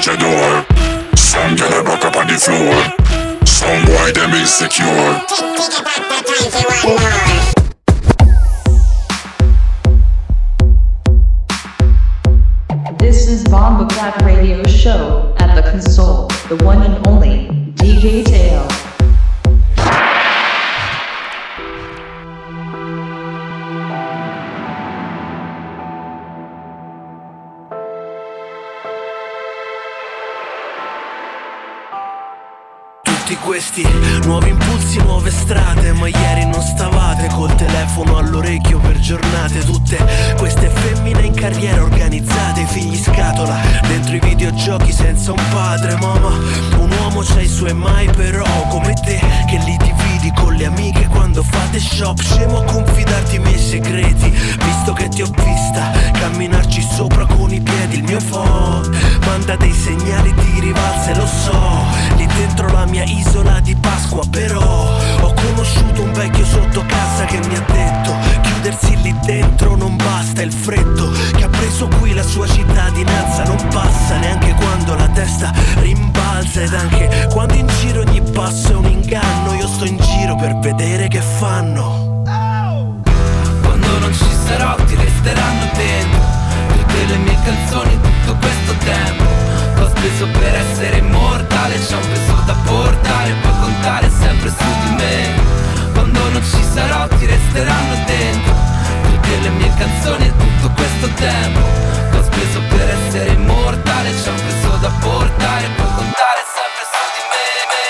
at your door. Some get a buck up on the floor. Some boy them insecure. This is Bomba Clap Radio Show. At the console, the one and only DJ Teo. Questi nuovi impulsi, nuove strade, ma ieri non stavate col telefono all'orecchio per giornate. Tutte queste femmine in carriera organizzate, figli scatola dentro i videogiochi senza un padre. Mamma, un uomo c'ha i suoi mai, però come te che li dividi con le amiche quando fate shop. Scemo a confidarti i miei segreti, visto che ti ho vista camminarci sopra con i piedi. Il mio phone manda dei segnali di rivalsa e lo so, lì dentro la mia isola di Pasqua. Però ho conosciuto un vecchio sotto casa che mi ha detto chiudersi lì dentro non basta. Il freddo che ha preso qui la sua cittadinanza non passa neanche quando la testa rimbalza. Ed anche quando in giro ogni passo è un inganno, io sto in giro per vedere che fanno. Quando non ci sarò ti resteranno dentro tutte le mie canzoni, tutto questo tempo ho speso per essere immortale. C'ho un peso da portare, puoi contare sempre su di me. Quando non ci sarò ti resteranno dentro tutte le mie canzoni e tutto questo tempo ho speso per essere immortale. C'ho un peso da portare, puoi contare sempre su di me.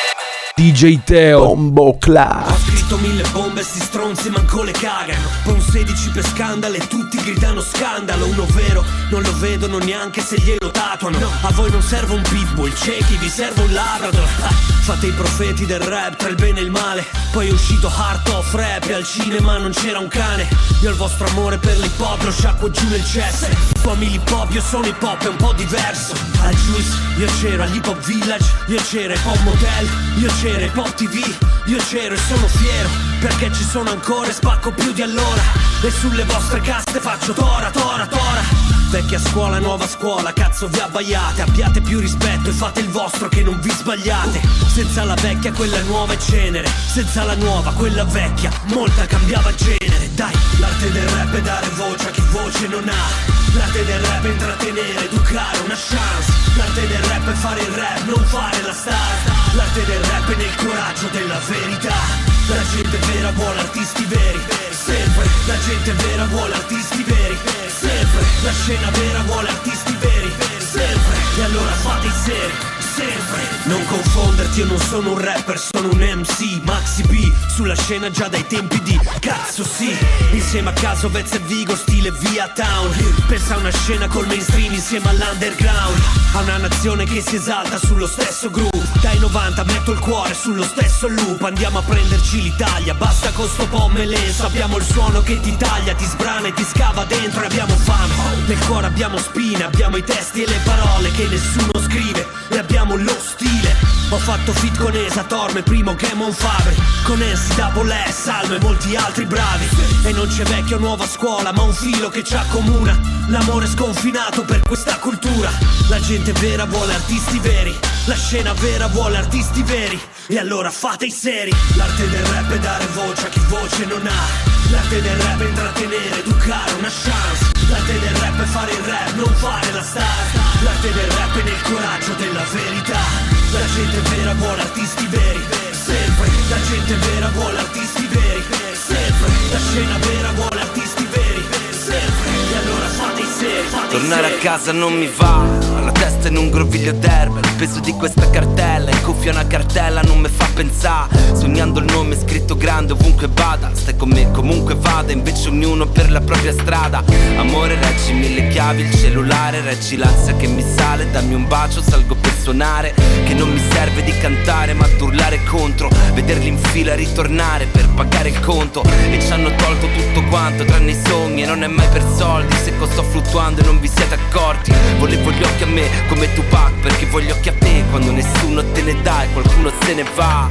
DJ Teo Bombo Clap. Ho scritto 1000 bombe, sti stronzi manco le cagano. Poi un 16 per scandalo e tutti gridano scandalo. Uno vero, non lo vedono neanche se glielo tatuano. A voi non serve un pitbull, ciechi, vi serve un labrador. Fate i profeti del rap tra il bene e il male. Poi è uscito Heart of Rap e al cinema non c'era un cane. Io il vostro amore per l'hip hop lo sciacquo giù nel cesso. Fammi l'hip hop, io sono hip hop, è un po' diverso. Al Juice, io c'ero, all'Hip Hop Village, io c'ero, Hip Hop Motel, io c'ero, Hip Hop TV, io c'ero e sono fiero perché ci sono ancora e spacco più di allora. E sulle vostre caste faccio tora, tora, tora. Vecchia scuola, nuova scuola, cazzo vi abbaiate. Abbiate più rispetto e fate il vostro che non vi sbagliate. Senza la vecchia quella nuova è cenere, senza la nuova quella vecchia molta cambiava genere. Dai, l'arte del rap è dare voce a chi voce non ha. L'arte del rap è intrattenere, educare, una chance. L'arte del rap è fare il rap, non fare la star. L'arte del rap è nel coraggio della verità. La gente vera vuole artisti veri, sempre. La gente vera vuole artisti veri, sempre. La scena vera vuole artisti veri, sempre. E allora fate i seri, sempre. Non confonderti, io non sono un rapper, sono un MC. Maxi B, sulla scena già dai tempi di cazzo sì. Insieme a Caso, Vezza e Vigo, stile via town. Pensa a una scena col mainstream insieme all'underground. A una nazione che si esalta sullo stesso groove. Dai 90 metto il cuore sullo stesso loop. Andiamo a prenderci l'Italia, basta con sto pommelenso. Abbiamo il suono che ti taglia, ti sbrana e ti scava dentro. E abbiamo fame, nel cuore abbiamo spine. Abbiamo i testi e le parole che nessuno scrive. E abbiamo lo stile. Ho fatto feat con Esa, Torme, Primo, Game on Fabri, con Ensi, Double S, Salmo e molti altri bravi. E non c'è vecchio o nuova scuola, ma un filo che ci accomuna. L'amore sconfinato per questa cultura. La gente vera vuole artisti veri, la scena vera vuole artisti veri. E allora fate i seri. L'arte del rap è dare voce a chi voce non ha. L'arte del rap è intrattenere, educare, una chance. L'arte del rap è fare il rap, non fare la star. L'arte del rap è nel coraggio della verità. La gente vera vuole artisti veri, sempre. La gente vera vuole artisti veri, sempre. La scena vera vuole artisti veri, sempre. E allora fate i seri, fate Tornare i seri. a casa non mi va, la testa in un groviglio d'erba. Il peso di questa cartella, in cuffia una cartella non mi fa pensare. Sognando il nome scritto grande ovunque vada. Stai con me comunque vada, invece ognuno per la propria strada. Amore reggi 1000 chiavi, il cellulare reggi l'ansia che mi sale. Dammi un bacio, salgo per suonare. Che non mi serve di cantare ma ad urlare contro. Vederli in fila ritornare per pagare il conto. E ci hanno tolto tutto quanto tranne i sogni. E non è mai per soldi, se sto fluttuando e non vi siete accorti. Volevo gli occhi a me come Tupac, perché voglio occhi a te quando nessuno te ne dà e qualcuno se ne va.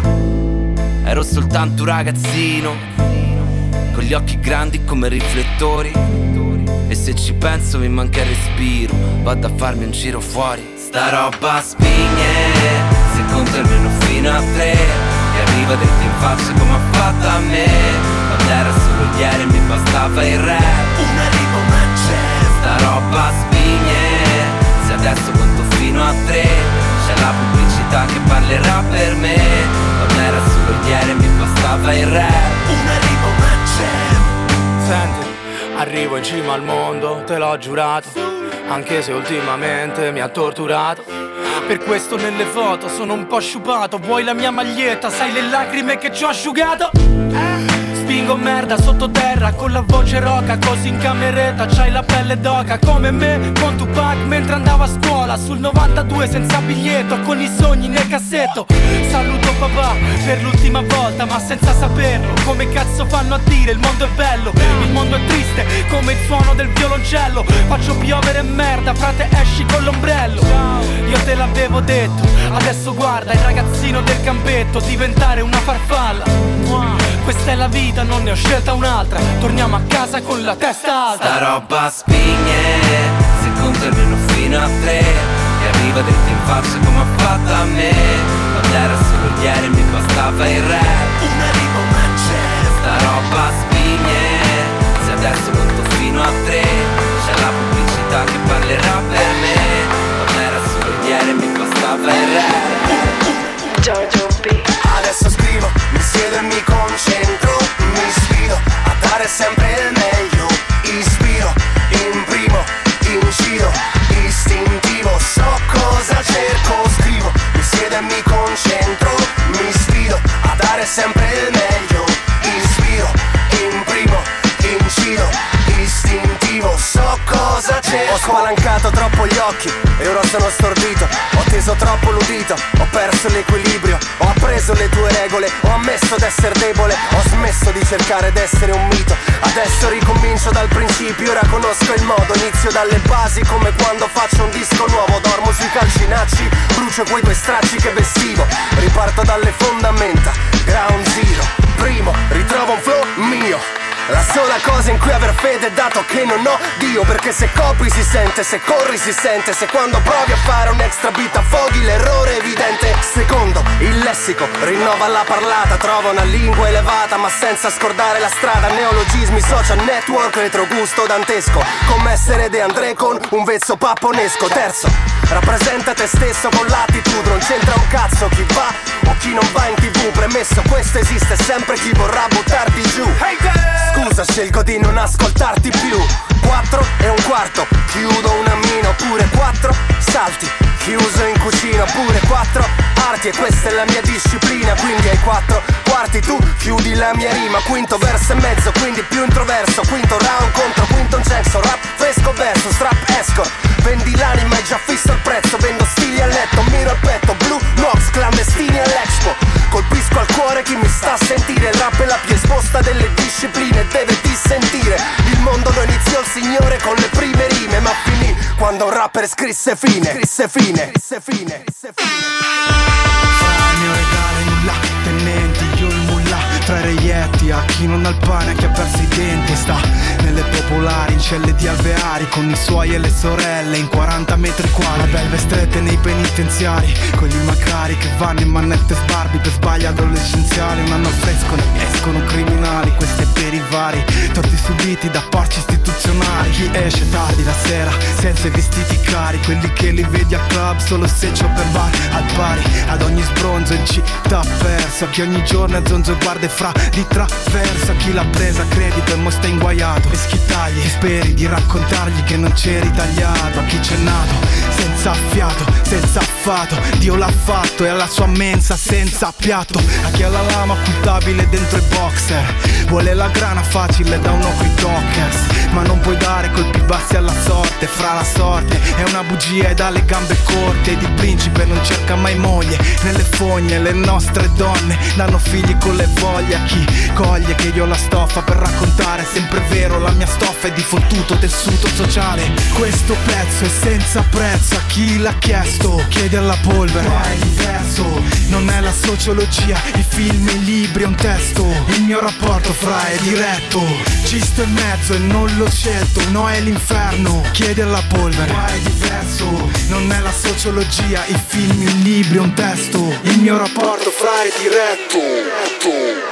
Ero soltanto un ragazzino con gli occhi grandi come riflettori. E se ci penso mi manca il respiro, vado a farmi un giro fuori. Sta roba spigne, se conto almeno fino a 3, e arriva dritto in faccia come ha fatto a me. Quando era solo ieri mi bastava il rap, una rima, una jazz. Sta roba spigne, se adesso conto fino a 3, c'è la pubblicità che parlerà per me. Quando era solo ieri mi bastava il rap, una rima, una jazz. Senti, arrivo in cima al mondo, te l'ho giurato, anche se ultimamente mi ha torturato. Per questo nelle foto sono un po' sciupato. Vuoi la mia maglietta, sai le lacrime che ci ho asciugato? Spingo merda sottoterra con la voce roca, così in cameretta c'hai la pelle d'oca. Come me con Tupac mentre andavo a scuola, sul 92 senza biglietto, con i sogni nel cassetto. Saluto papà per l'ultima volta, ma senza saperlo. Come cazzo fanno a dire il mondo è bello? Il mondo è triste come il suono del violoncello. Faccio piovere merda, frate esci con l'ombrello. Io te l'avevo detto, adesso guarda il ragazzino del campetto diventare una farfalla. Questa è la vita, non ne ho scelta un'altra. Torniamo a casa con la testa alta. Sta roba spigne, se conto almeno fino a 3, e arriva dritto in faccia come ha fatto a me. Quando era solo ieri mi bastava il rap, una rima, una jazz. Sta roba spigne, se adesso conto fino a 3, c'è la pubblicità che parlerà per me. Quando era solo ieri mi bastava il rap. Giorgio B. Adesso scrivo, mi siedo e mi concentro, mi sfido a dare sempre il meglio. Ispiro, imprimo, incido, istintivo, so cosa cerco. Scrivo, mi siedo e mi concentro, mi sfido a dare sempre il meglio. Ispiro, imprimo, incido, istintivo, so cosa cerco. Ho spalancato troppo gli occhi e ora sono stordito. Ho teso troppo l'udito, ho perso l'equilibrio. Ho appreso le tue regole, ho ammesso d'essere debole. Ho smesso di cercare d'essere un mito. Adesso ricomincio dal principio, ora conosco il modo. Inizio dalle basi come quando faccio un disco nuovo. Dormo sui calcinacci, brucio quei due stracci che vestivo. Riparto dalle fondamenta, ground zero. Primo, ritrovo un flow mio. La sola cosa in cui aver fede è dato che non ho Dio. Perché se copri si sente, se corri si sente. Se quando provi a fare un extra beat affoghi l'errore evidente. Secondo, il lessico rinnova la parlata. Trova una lingua elevata ma senza scordare la strada. Neologismi, social network, retrogusto dantesco. Come essere De André con un vezzo papponesco. Terzo, rappresenta te stesso con l'attitude. Non c'entra un cazzo chi va o chi non va in TV. Premesso, questo esiste sempre chi vorrà buttarti giù. Scusa, scelgo di non ascoltarti più. 4 e un quarto, chiudo una mina. Oppure 4 salti, chiuso in cucina. Oppure 4 arti e questa è la mia disciplina. Quindi ai 4 quarti tu chiudi la mia rima. Quinto verso e mezzo, quindi più introverso. Quinto round contro quinto un censo. Rap fresco verso, strap escort. Vendi l'anima e già fisso il prezzo. Vendo stili a letto, miro al petto. Blue Nox, clandestini all'Expo. Colpisco al cuore chi mi sta a sentire. Il rap è la più esposta delle discipline. Deve dissentire. Il mondo lo iniziò il signore con le prime rime, ma finì quando un rapper scrisse fine. Scrisse fine. Scrisse fine. Scrisse fine. Fra il mio regalo nulla, tenenti, io il mullah. Tra reietti a chi non ha il pane, a chi ha perso i denti. Sta nelle popolari, in celle di alveari, con i suoi e le sorelle in 40 metri quadri. Belve strette nei penitenziari, quelli macari che vanno in manette sbarbi per sbagli adolescenziali. Un anno fresco ne escono criminali, questi e per i vari torti subiti da porci istituzionali. Chi esce tardi la sera senza i vestiti cari, quelli che li vedi al club solo se c'ho per bar. Al pari ad ogni sbronzo in città persa, chi ogni giorno è zonzo e guarda e fra di traversa. Chi l'ha presa a credito e mo sta inguaiato e schitagli, speri di raccontargli che non c'eri tagliato. A chi c'è nato senza fiato, senza affato, Dio l'ha fatto e alla sua mensa senza piatto. A chi ha la lama occultabile dentro i boxer, vuole la grana facile da un occhio i dockers, ma non puoi dare colpi bassi alla sorte. Fra la sorte è una bugia e dalle gambe corte. Ed il principe non cerca mai moglie nelle fogne. Le nostre donne danno figli con le voglie voglia a chi coglie che io ho la stoffa per raccontare sempre vero, la mia stoffa è di fottuto tessuto sociale. Questo pezzo è senza prezzo a chi l'ha chiesto, chiede alla polvere, qua è diverso, non è la sociologia, i film, i libri, è un testo. Il mio rapporto fra è diretto, ci sto in mezzo e non l'ho scelto, no è l'inferno, chiede alla polvere, qua è diverso, non è la sociologia, i film, i libri, è un testo. Il mio rapporto fra è diretto.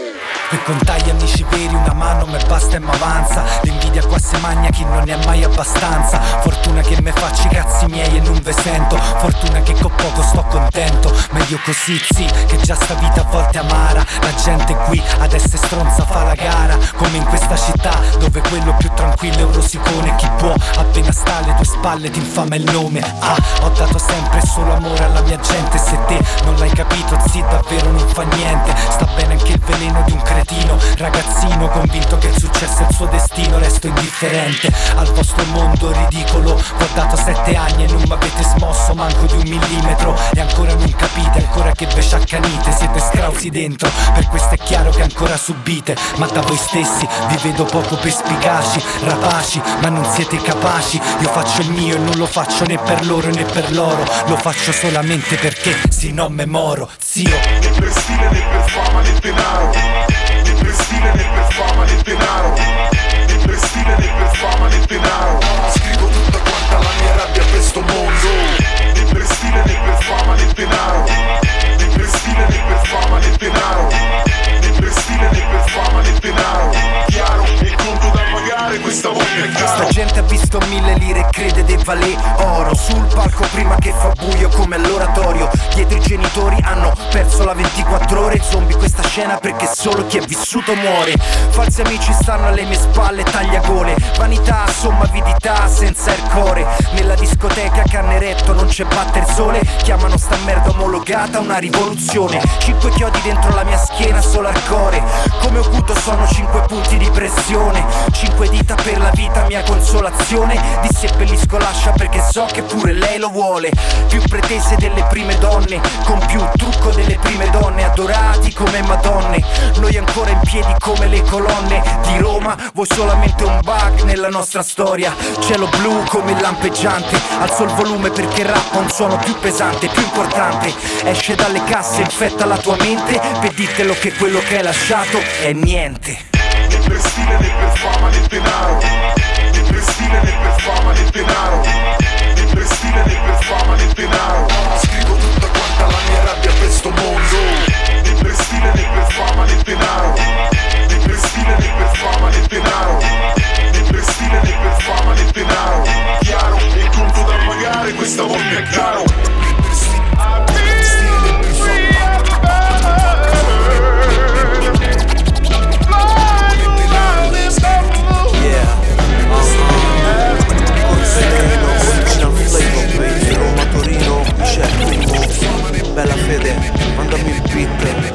Per contare gli amici veri una mano me basta e m'avanza. L'invidia qua se magna chi non ne ha mai abbastanza. Fortuna che me faccio i cazzi miei e non ve sento. Fortuna che con poco sto contento. Meglio così sì, che già sta vita a volte amara. La gente qui ad essere stronza fa la gara. Come in questa città dove quello più tranquillo è un rosicone. Chi può appena sta alle tue spalle ti infama il nome. Ah, ho dato sempre solo amore alla mia gente. Se te non l'hai capito sì davvero non fa niente. Sta bene anche il veleno di un cretino, ragazzino convinto che il successo è il suo destino. Resto indifferente al vostro mondo ridicolo. V'ho dato 7 anni e non m'avete smosso manco di 1 millimetro. E ancora non capite, ancora che ve sciaccanite. Siete scrausi dentro, per questo è chiaro che ancora subite. Ma da voi stessi vi vedo poco perspicaci, rapaci, ma non siete capaci. Io faccio il mio e non lo faccio né per loro né per loro. Lo faccio solamente perché se no me moro, zio. Né per stile né per fama né denaro, né per stile né per fama né denaro, né per stile né per fama né denaro. Scrivo tutta quanta la mia rabbia per sto mondo. Né per stile né per fama né denaro, né per stile né per fama né denaro, né per stile né per fama né denaro. Chiaro, il conto da pagare questa volta è caro. Questa gente ha visto 1000 lire e crede de valè oro. Sul palco prima che fa buio come all'oratorio. Dietro i genitori hanno perso la 24 ore. Zombie questa scena perché solo chi è vissuto muore. Falsi amici stanno alle mie spalle, tagliagole. Vanità, somma avidità senza il core. Nella discoteca Canneretto non c'è batter sole. Chiamano sta merda omologata una rivoluzione. 5 chiodi dentro la mia schiena solo al core. Come Oculto sono 5 punti di pressione. 5 dita per la vita mia consolazione. Disseppellisco l'ascia perché so che pure lei lo vuole. Più pretese delle prime donne, con più trucco delle prime donne. Adorati come madonne, noi ancora in piedi come le colonne di Roma. Voi solamente un bug nella nostra storia. Cielo blu come il lampeggiante. Alzo il volume perché rappa un suono più pesante, più importante. Esce dalle casse, infetta la tua mente. Veditelo che quello che hai lasciato è niente. Né per stile né per fama né denaro, né per stile né per fama né denaro, né per stile né per fama né denaro. Scrivo tutta quanta la mia rabbia per sto mondo. Né per stile né per fama né denaro, né per stile né per fama né denaro, né per stile né per fama né denaro. Chiaro, il conto da pagare questa volta è caro. Bella fede, mandami il beat.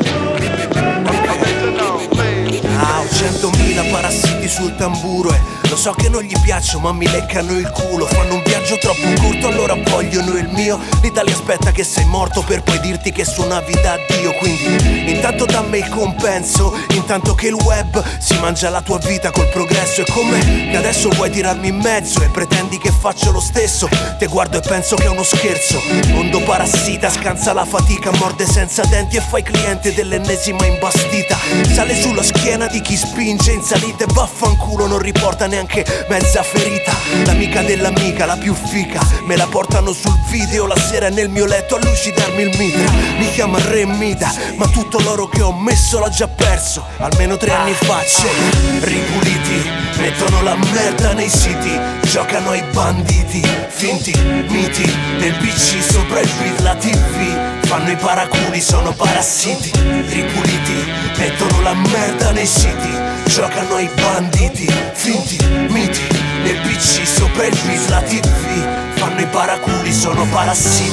Ah, ho 100.000 parassiti sul tamburo e lo so che non gli piaccio ma mi leccano il culo. Fanno un viaggio troppo corto allora vogliono il mio. L'Italia aspetta che sei morto per poi dirti che suonavi da Dio. Quindi intanto dammi il compenso, intanto che il web si mangia la tua vita col progresso. E come che adesso vuoi tirarmi in mezzo e pretendi che faccio lo stesso. Te guardo e penso che è uno scherzo. Mondo parassita, scansa la fatica, morde senza denti e fai cliente dell'ennesima imbastita. Sale sulla schiena di chi spinge in salita e vaffanculo non riporta neanche mezza ferita. L'amica dell'amica, la più fica, me la portano sul video la sera nel mio letto a lucidarmi il mitra. Mi chiama Re Mida, ma tutto l'oro che ho messo l'ho già perso almeno 3 anni fa. C'è ripuliti, mettono la merda nei siti, giocano ai banditi, finti, miti, nel PC sopra il beat, la TV, fanno i paraculi, sono parassiti. Ripuliti, mettono la merda nei siti, giocano ai banditi, finti, miti, nel PC sopra il beat, la TV, fanno i paraculi, sono parassiti.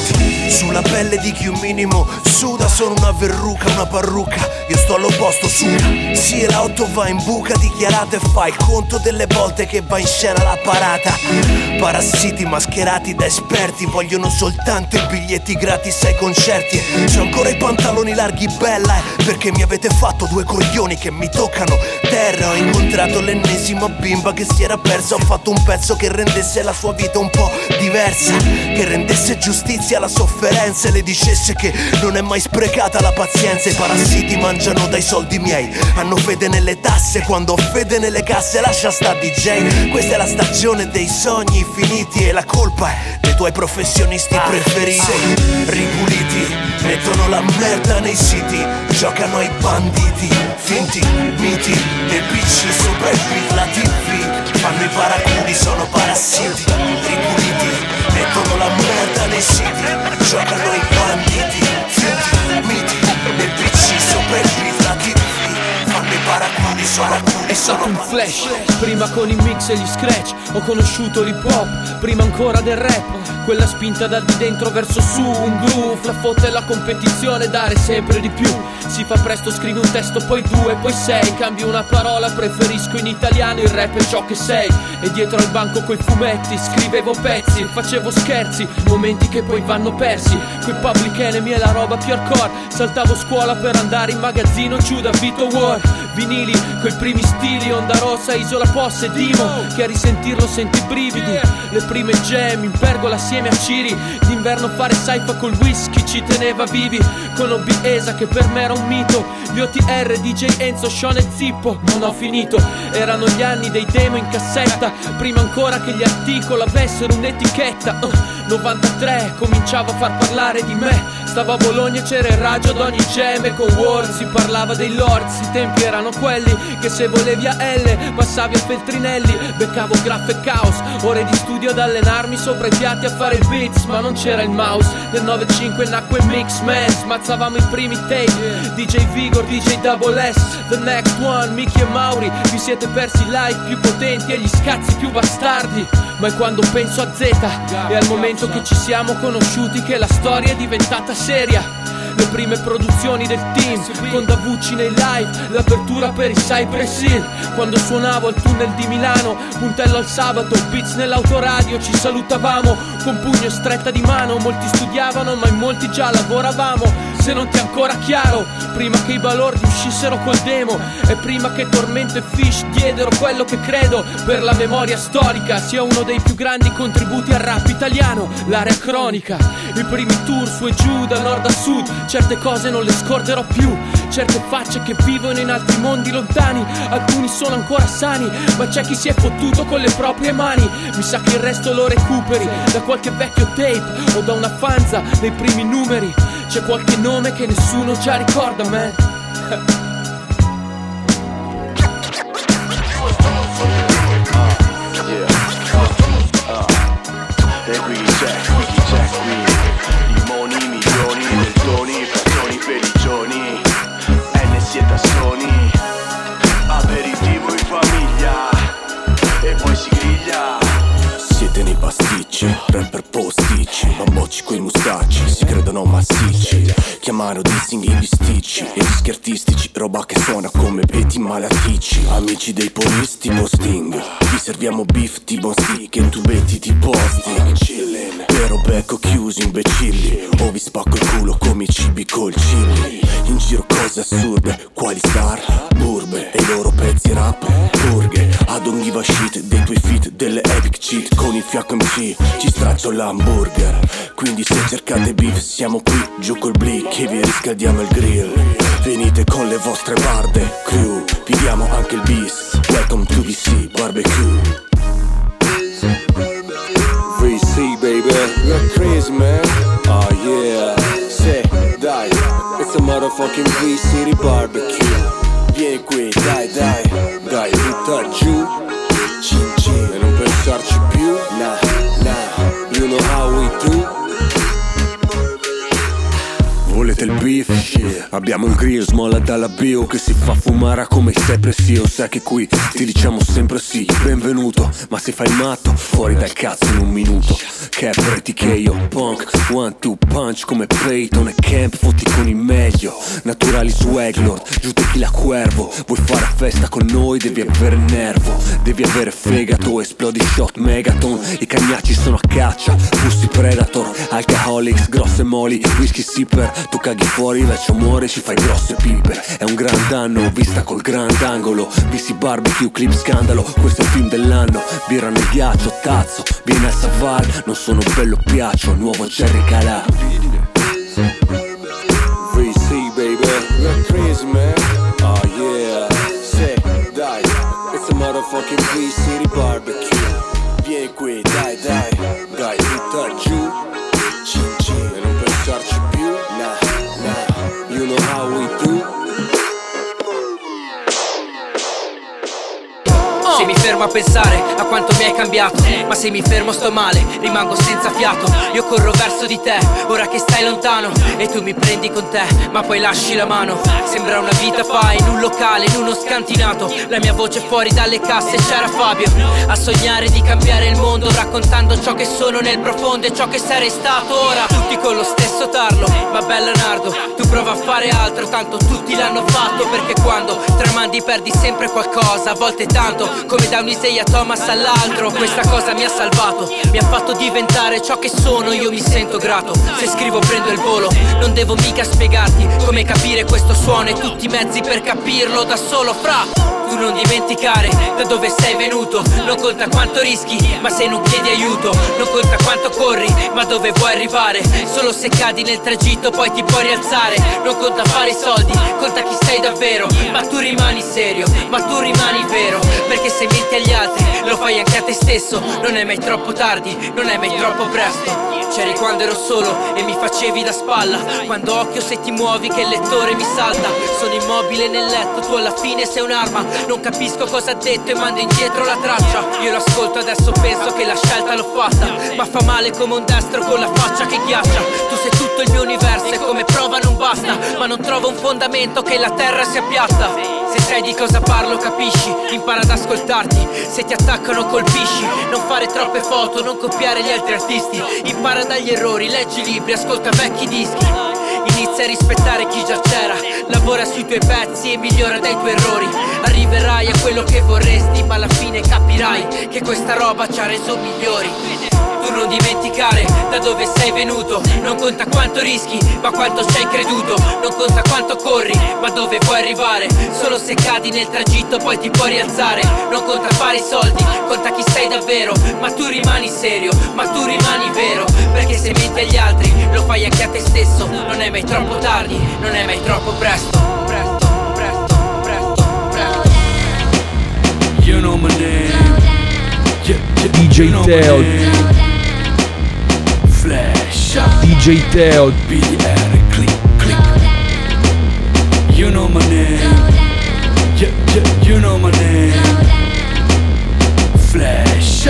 sulla pelle di chi un minimo suda. Sono una verruca, una parrucca, io sto all'opposto, suda. Sì, la 8 va in buca, dichiarata e fai il conto delle volte che va in scena la parata. Parassiti mascherati da esperti vogliono soltanto i biglietti gratis ai concerti. C'ho ancora i pantaloni larghi, bella, perché mi avete fatto due coglioni che mi toccano terra. Ho incontrato l'ennesima bimba che si era persa. Ho fatto un pezzo che rendesse la sua vita un po' diversa, che rendesse giustizia alla sofferenza e le dicesse che non è mai sprecata la pazienza. I parassiti mangiano dai soldi miei, hanno fede nelle tasse, quando ho fede nelle casse lascia sta DJ. Questa è la stagione dei sogni finiti e la colpa è dei tuoi professionisti preferiti. Ripuliti, mettono la merda nei siti, giocano ai banditi, finti, miti, dei PC sopra il beat, la TV, fanno i paraculi, sono parassiti. Ripuliti, mettono la merda nei siti, giocano ai banditi, finti, miti, dei PC sopra il beat, la TV, fanno i paraculi, è stato un flash, prima con i mix e gli scratch. Ho conosciuto l'hip hop, prima ancora del rap. Quella spinta da di dentro verso su, un groove, la foto e la competizione, dare sempre di più. Si fa presto, scrivi un testo, poi due, poi sei. Cambi una parola, preferisco in italiano, il rap è ciò che sei. E dietro al banco coi fumetti, scrivevo pezzi, facevo scherzi, momenti che poi vanno persi. Coi Public Enemy e la roba più hardcore. Saltavo scuola per andare in magazzino, giù da Vito War. Vinili, coi primi stili, Onda Rossa, Isola Posse e Dimo, che a risentirlo senti brividi. Le prime jam in pergola assieme a Ciri, d'inverno fare saifa col whisky ci teneva vivi. Con Obi Esa che per me era un mito, gli OTR, DJ Enzo, Sean e Zippo. Non ho finito, erano gli anni dei demo in cassetta, prima ancora che gli articoli avessero un'etichetta. 93, cominciavo a far parlare di me. Stavo a Bologna e c'era il raggio ad ogni jam e con Word si parlava dei lords. I tempi erano quelli che se volevi a L passavi a Feltrinelli. Beccavo Graff e Caos, ore di studio ad allenarmi sopra i piatti a fare beats, ma non c'era il mouse. Nel 95 nacque Mix Man, smazzavamo i primi take, DJ Vigor, DJ Double S, The Next One, Mickey e Mauri. Vi siete persi i live più potenti e gli scazzi più bastardi. Ma è quando penso a Z e al momento che ci siamo conosciuti che la storia è diventata seria. Le prime produzioni del team con Davucci nei live, l'apertura per i Cypress Hill. Quando suonavo al tunnel di Milano, puntello al sabato, beats nell'autoradio, ci salutavamo con pugno e stretta di mano. Molti studiavano ma in molti già lavoravamo. Se non ti è ancora chiaro, prima che i balordi uscissero col demo e prima che Tormento e Fish diedero quello che credo per la memoria storica sia uno dei più grandi contributi al rap italiano, l'area cronica. I primi tour su e giù da nord a sud, certe cose non le scorderò più, certe facce che vivono in altri mondi lontani. Alcuni sono ancora sani, ma c'è chi si è fottuto con le proprie mani. Mi sa che il resto lo recuperi da qualche vecchio tape o da una fanza nei primi numeri. C'è qualche nome che nessuno già ricorda, man. E qui c'è qui limoni, milioni, meltoni, frazioni, pelliccioni, NS e tassoni, aperitivo in famiglia e poi si griglia. Siete nei pasticci, rapper posticci, bambocci coi mustacci, si credono massicci, chiamano dissing i bisticci e dischi artistici, roba che suona come peti malaticci. Amici dei polisti, posting, vi serviamo beef tipo stick e tubetti tipo posting. Chillin', vero becco chiusi imbecilli, o vi spacco il culo come i cibi col chilli. In giro cose assurde, quali star, burbe e i loro pezzi rap, purghe. Ad ogni give a shit dei tuoi feat, delle epic cheat. Con il fiacco MC ci straccio l'hamburger. Quindi se cercate beef siamo qui, giù col blick e vi riscaldiamo il grill. Venite con le vostre barde, crew, vi diamo anche il bis. Welcome to BC Barbecue. VC baby, you're crazy man. Oh yeah, say, dai, it's a motherfucking VC Barbecue. Vieni qui, dai, butta giù, cin cin, e non pensarci più, nah, you know how we do. Volete il beef? Shit. Abbiamo il grill smolla dalla bio che si fa fumare come i Cypress. Sai che qui ti diciamo sempre sì, benvenuto. Ma se fai il matto, fuori dal cazzo in un minuto. Capper TKO punk, 1-2 punch come Peyton e Camp, fotti con il meglio. Naturali swaglord, giù tequila Cuervo. Vuoi fare festa con noi, devi avere nervo. Devi avere fegato, esplodi shot megaton. I cagnacci sono a caccia, Pussy Predator, Alcoholics, grosse moli, whisky sipper. Tu caghi fuori, vecchio muore, ci fai grosse pipe. È un gran danno, vista col grandangolo. Visti barbecue, clip scandalo, questo è il film dell'anno. Birra nel ghiaccio, tazzo, vieni a Saval. Non sono bello piaccio, nuovo Jerry Calà. VC baby, you're crazy man. Oh yeah, say, dai, it's a motherfucking VC barbecue. Vieni qui, dai, butta giù, cin cin, e non pensarci più, nah, you know how we do. Se mi fermo a pensare a quanto mi hai cambiato, ma se mi fermo sto male, rimango senza fiato. Io corro verso di te, ora che stai lontano, e tu mi prendi con te, ma poi lasci la mano. Sembra una vita fa in un locale, in uno scantinato. La mia voce fuori dalle casse, c'era Fabio a sognare di cambiare il mondo, raccontando ciò che sono nel profondo e ciò che sarei stato. Ora tutti con lo stesso tarlo, ma bella Nardo, tu prova a fare altro, tanto tutti l'hanno fatto. Perché quando tramandi perdi sempre qualcosa, a volte tanto, come da un Isaiah Thomas all'altro. Questa cosa mi ha salvato, mi ha fatto diventare ciò che sono, io mi sento grato. Se scrivo prendo il volo, non devo mica spiegarti come capire questo suono e tutti i mezzi per capirlo da solo, fra. Tu non dimenticare da dove sei venuto, non conta quanto rischi, ma se non chiedi aiuto. Non conta quanto corri, ma dove vuoi arrivare. Solo se cadi nel tragitto poi ti puoi rialzare. Non conta fare i soldi, conta chi sei davvero. Ma tu rimani serio, ma tu rimani vero. Perché se menti agli altri, lo fai anche a te stesso. Non è mai troppo tardi, non è mai troppo presto. C'eri quando ero solo e mi facevi da spalla. Quando occhio se ti muovi che il lettore mi salta. Sono immobile nel letto, tu alla fine sei un'arma. Non capisco cosa ha detto e mando indietro la traccia. Io l'ascolto adesso penso che la scelta l'ho fatta, ma fa male come un destro con la faccia che ghiaccia. Tu sei tutto il mio universo e come prova non basta, ma non trovo un fondamento che la terra sia piatta. Se sai di cosa parlo capisci, impara ad ascoltarti. Se ti attaccano colpisci, non fare troppe foto, non copiare gli altri artisti. Impara dagli errori, leggi libri, ascolta vecchi dischi. Inizia a rispettare chi già c'era, lavora sui tuoi pezzi e migliora dai tuoi errori. Arriverai a quello che vorresti, ma alla fine capirai che questa roba ci ha reso migliori. Tu non dimenticare da dove sei venuto, non conta quanto rischi, ma quanto ci hai creduto. Non conta quanto corri, ma dove vuoi arrivare. Solo se cadi nel tragitto poi ti puoi rialzare. Non conta fare i soldi, conta chi sei davvero. Ma tu rimani serio, ma tu rimani vero. Perché se menti agli altri, lo fai anche a te stesso. Non è mai troppo tardi, non è mai troppo presto. You know my name, DJ Teo, Flash, DJ Teo, BDR, click, click. You know my name, you know my name, Flash.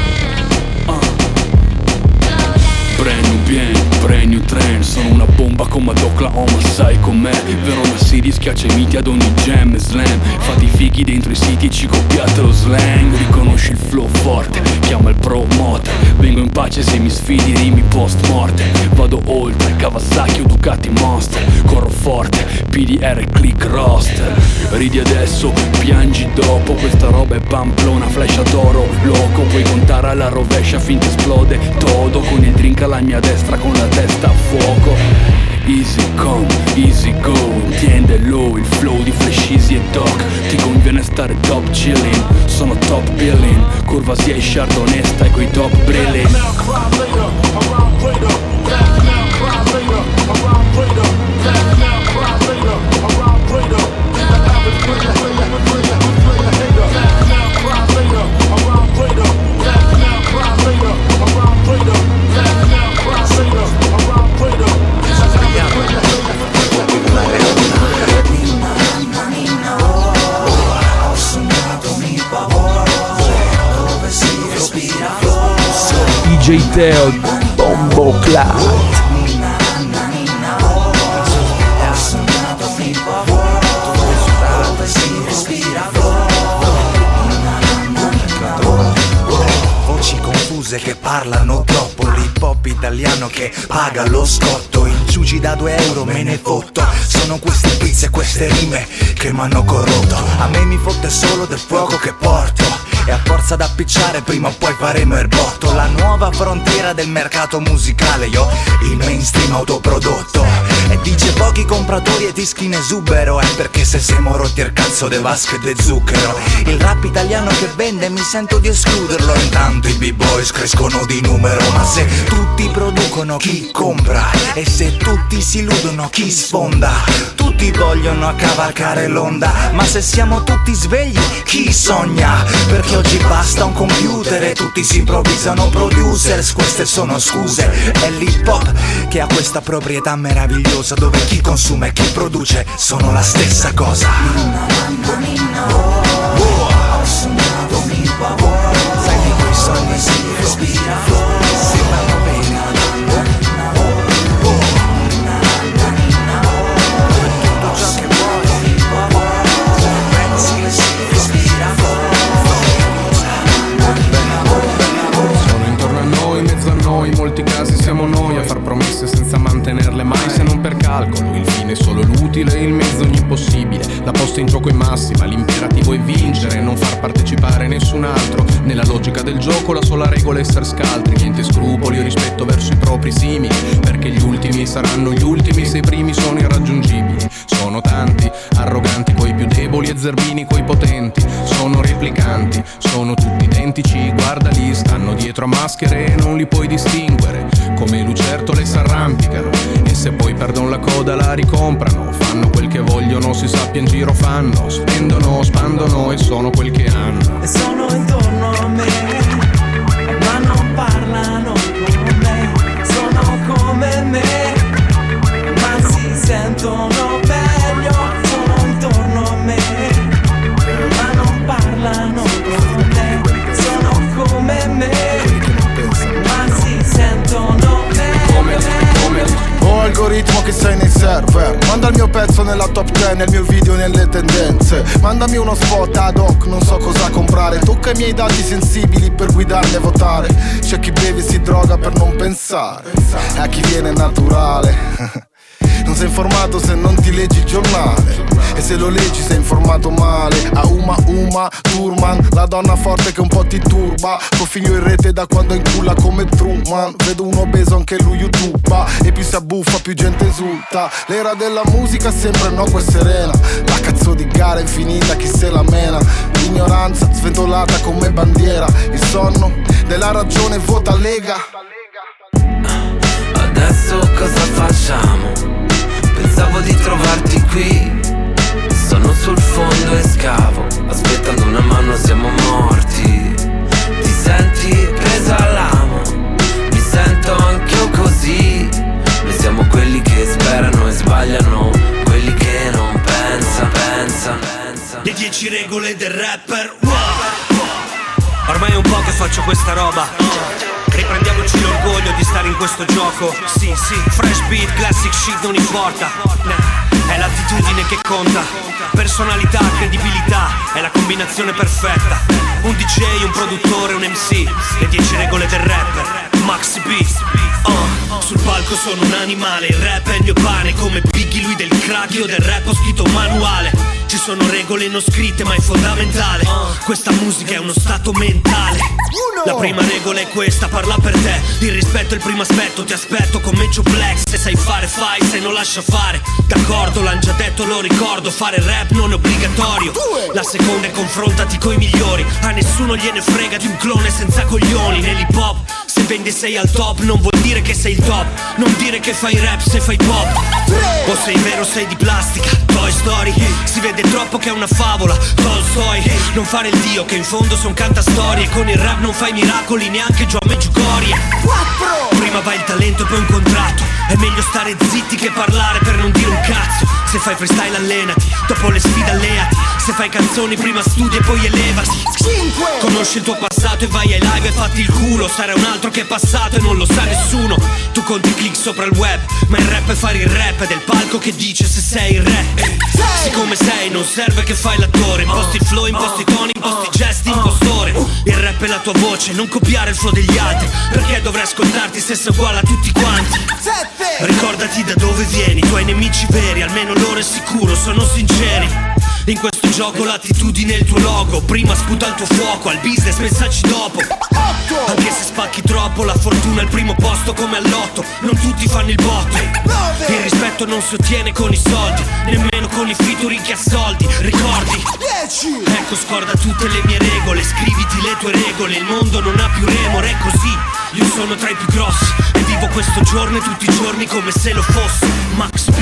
Brand new bien, brand new trend. Sono una bomba come ad Oklahoma, sai com'è. Verona City schiaccia i miti ad ogni jam e slam. Fate i fighi dentro i siti e ci copiate lo slang. Riconosci il flow forte, chiama il promoter. Vengo in pace se mi sfidi, rimi post morte. Vado oltre, Kawasaki o Ducati Monster. Corro forte, PDR click roster. Ridi adesso, piangi dopo. Questa roba è Pamplona, flash d'oro, loco. Puoi contare alla rovescia finché esplode todo. Con il drink alla mia destra, con la testa a fuoco. Easy come, easy go. Entiendelo, il flow di Flash Easy e Doc. Ti conviene stare top chillin'. Sono top billing. Curva sia e Chardonnay, stai coi top brilling. DJ Teo, Bombo Clat. muse che parlano troppo, l'hip hop italiano che paga lo scotto, inciuci da 2 euro me ne fotto, sono queste pizze e queste rime che m'hanno corrotto, a me mi fotte solo del fuoco che porto, e a forza d'appicciare prima o poi faremo il botto, la nuova frontiera del mercato musicale, io il mainstream autoprodotto, e dice pochi compratori e dischi in esubero, è perché se siamo rotti il cazzo de vasche e de zucchero, il rap italiano che vende mi sento di escluderlo, intanto i b-boys crescono di numero, ma se tutti producono chi compra, e se tutti si illudono chi sfonda, tutti vogliono accavalcare l'onda, ma se siamo tutti svegli chi sogna, perché oggi basta un computer e tutti si improvvisano producers, queste sono scuse, è l'hip hop che ha questa proprietà meravigliosa, dove chi consuma e chi produce sono la stessa cosa. Ho sognato 1000 sai di quei sogni si respira, si vanno bene. Tutto ciò che vuoi, pensi che si respira. Sono intorno a noi, in mezzo a noi, in molti casi siamo noi a far promesse senza mantenerle mai, se non per calcolo. Il fine è solo l'utile, il mezzo ogni possibile. La posta in gioco è massima, l'imperativo è vincere, non far partecipare nessun altro. Nella logica del gioco la sola regola è essere scaltri, niente scrupoli o rispetto verso i propri simili, perché gli ultimi saranno gli ultimi se i primi sono irraggiungibili. Sono tanti, arroganti coi più deboli e zerbini coi potenti. Sono replicanti, sono tutti identici, guardali, stanno dietro a maschere e non li puoi distinguere. Come lucertole s'arrampicano e se poi perdono la coda la ricomprano. Fanno quel che vogliono, si sappia in giro fanno, spendono, spandono e sono quel che hanno. E sono intorno a me, ma non parlano con me. Sono come me, ma si sentono meglio. Sono intorno a me, ma non parlano con me. Sono come me, ma si sentono meglio. Oh algoritmo che sei nei server, manda il mio pezzo nella top 10, il mio video nelle tendenze. Mandami uno spot ad hoc, non so cosa comprare. Tocca i miei dati sensibili per guidarmi a votare. C'è chi beve e si droga per non pensare, e a chi viene naturale. Non sei informato se non ti leggi il giornale, e se lo leggi sei informato male. A Uma Thurman, la donna forte che un po' ti turba, tuo figlio in rete da quando inculla come Truman. Vedo un obeso anche lui youtuba, e più si abbuffa più gente esulta. L'era della musica sembra innocua e serena, la cazzo di gara infinita chi se la mena. L'ignoranza sventolata come bandiera, il sonno della ragione vota Lega. Adesso cosa facciamo? Pensavo di trovarti qui, sono sul fondo e scavo, aspettando una mano siamo morti. Ti senti presa all'amo, mi sento anch'io così. Noi siamo quelli che sperano e sbagliano, quelli che non pensano. Le 10 regole del rapper, wow. Ormai è un po' che faccio questa roba, riprendiamoci l'orgoglio di stare in questo gioco. Sì, fresh beat, classic shit non importa, è l'attitudine che conta. Personalità, credibilità, è la combinazione perfetta. Un DJ, un produttore, un MC. Le 10 regole del rapper, Maxi B. Sul palco sono un animale, il rap è il mio pane. Come Biggie lui del crack, io del rap ho scritto un manuale. Ci sono regole non scritte ma è fondamentale. Questa musica è uno stato mentale. La prima regola è questa, parla per te. Il rispetto è il primo aspetto, ti aspetto con me Joe Black. Se sai fare fai, se non lascia fare. D'accordo, l'han già detto, lo ricordo. Fare rap non è obbligatorio. La seconda è confrontati coi migliori. A nessuno gliene frega di un clone senza coglioni. Nell'hip hop se vendi sei al top non vuol dire che sei il top. Non dire che fai rap se fai pop. O sei vero o sei di plastica. Toy Story, si vede troppo che è una favola. Tolstoi, non fare il dio che in fondo son cantastorie. Con il rap non fai miracoli neanche Joe Medjugorje. Prima va il talento e poi un contratto. È meglio stare zitti che parlare per non dire un cazzo. Se Se fai freestyle allenati, dopo le sfide alleati. Se fai canzoni prima studi e poi elevati. Conosci il tuo passato e vai ai live e fatti il culo. Sarai un altro che è passato e non lo sa nessuno. Tu conti click sopra il web, ma il rap è fare il rap. Ed è il palco che dice se sei il re. Siccome sei non serve che fai l'attore. Imposti il flow, imposti i toni, imposti i gesti, impostore. Il rap è la tua voce, non copiare il flow degli altri. Perché dovrei ascoltarti se sei uguale a tutti quanti. Ricordati da dove vieni, i tuoi nemici veri, almeno loro è sicuro, sono sinceri. In questo gioco l'attitudine è il tuo logo. Prima sputa il tuo fuoco, al business pensaci dopo. Anche se spacchi troppo, la fortuna è al primo posto come all'otto. Non tutti fanno il botto. Il rispetto non si ottiene con i soldi, nemmeno con i featuring che a soldi. Ricordi? Ecco, scorda tutte le mie regole, scriviti le tue regole. Il mondo non ha più remore, è così. Io sono tra i più grossi e vivo questo giorno e tutti i giorni come se lo fossi. Max B,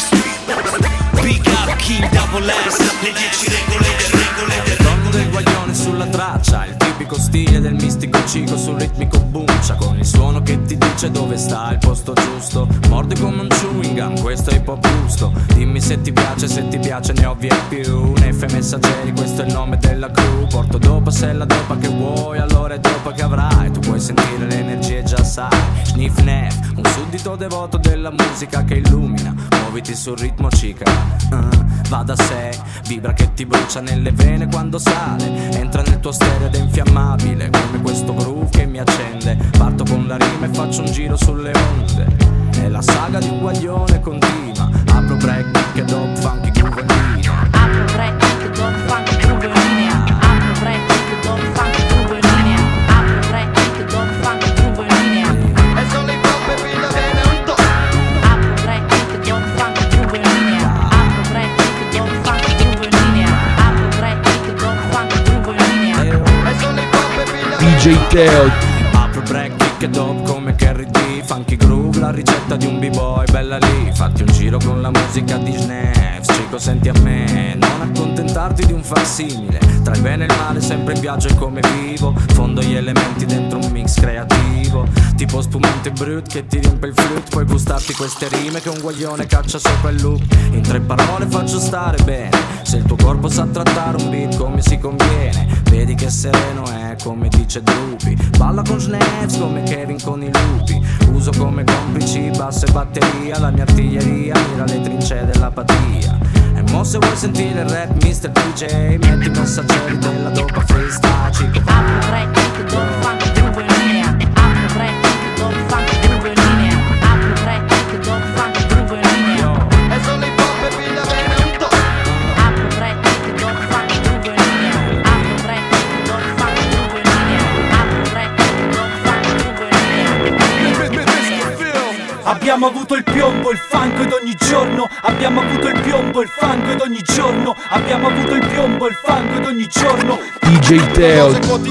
Big Up, King Double S, le 10 regole del Torno del guaglione sulla traccia, il tipico stile del mistico cico sul ritmico buncia, con il suono che ti dice dove sta il posto giusto. Mordi come un chewing gum, questo è hip hop giusto. Dimmi se ti piace ne ho via più. Neff Messaggeri, questo è il nome della crew. Porto dopo se la dopa che vuoi, allora è dopo che avrai. Tu puoi sentire le energie, già sai. Sniff Neff, un suddito devoto della musica che illumina. Muoviti sul ritmo cica. Va da sé, vibra che ti brucia nelle vene quando sale. Entra nel tuo stereo ed è infiammabile, come questo groove che mi accende. Parto con la rima e faccio un giro sulle onde. E la saga di un guaglione continua. Apro break, pick it up, funky groove in linea. Apro break, pick it up, funky groove in linea. Apro break, pick it up, funky groove in linea. Apro break, pick it up, funky groove in linea. E sono i pop e qui la viene un to'. Apro break, pick it up, funky groove in linea. Apro break, pick it up, funky groove in linea. Apro break, pick it up, funky groove in linea. E sono i pop e qui la viene un to'. DJ Teo. Apro break, pick it up come Carrie D. Funky groove, la ricetta di un b-boy, bella lì. Fatti un giro con la musica di Snefs, cico senti a me. Non accontentarti di un facsimile. Tra il bene e il male sempre in viaggio è come vivo. Fondo gli elementi dentro un mix creativo. Tipo spumante brut che ti riempie il flute. Puoi gustarti queste rime che un guaglione caccia sopra il loop. In 3 parole faccio stare bene. Se il tuo corpo sa trattare un beat come si conviene, vedi che sereno è come dice Drupi. Balla con Snefs come Kevin con i lupi. Uso come complici basso e batteria. La mia artiglieria mira le trincee dell'apatia. E mo se vuoi sentire il rap Mr. DJ, metti i messaggeri della dopa freestyle, cico. Apro break, pick it up, funky groove in linea. Apro break, pick it up, funky groove in linea. Apro break, pick it up, funky groove in linea. E sono i pop e qui la viene un to'. Apro break, pick it up, funky groove in linea. Apro break, pick it up, funky groove in linea. Apro break, pick it up, funky groove in linea. Abbiamo avuto il piombo, il fango ed ogni giorno. Abbiamo avuto il piombo, il fango ed ogni giorno. Abbiamo avuto il piombo, il fango ed ogni giorno. DJ Teo.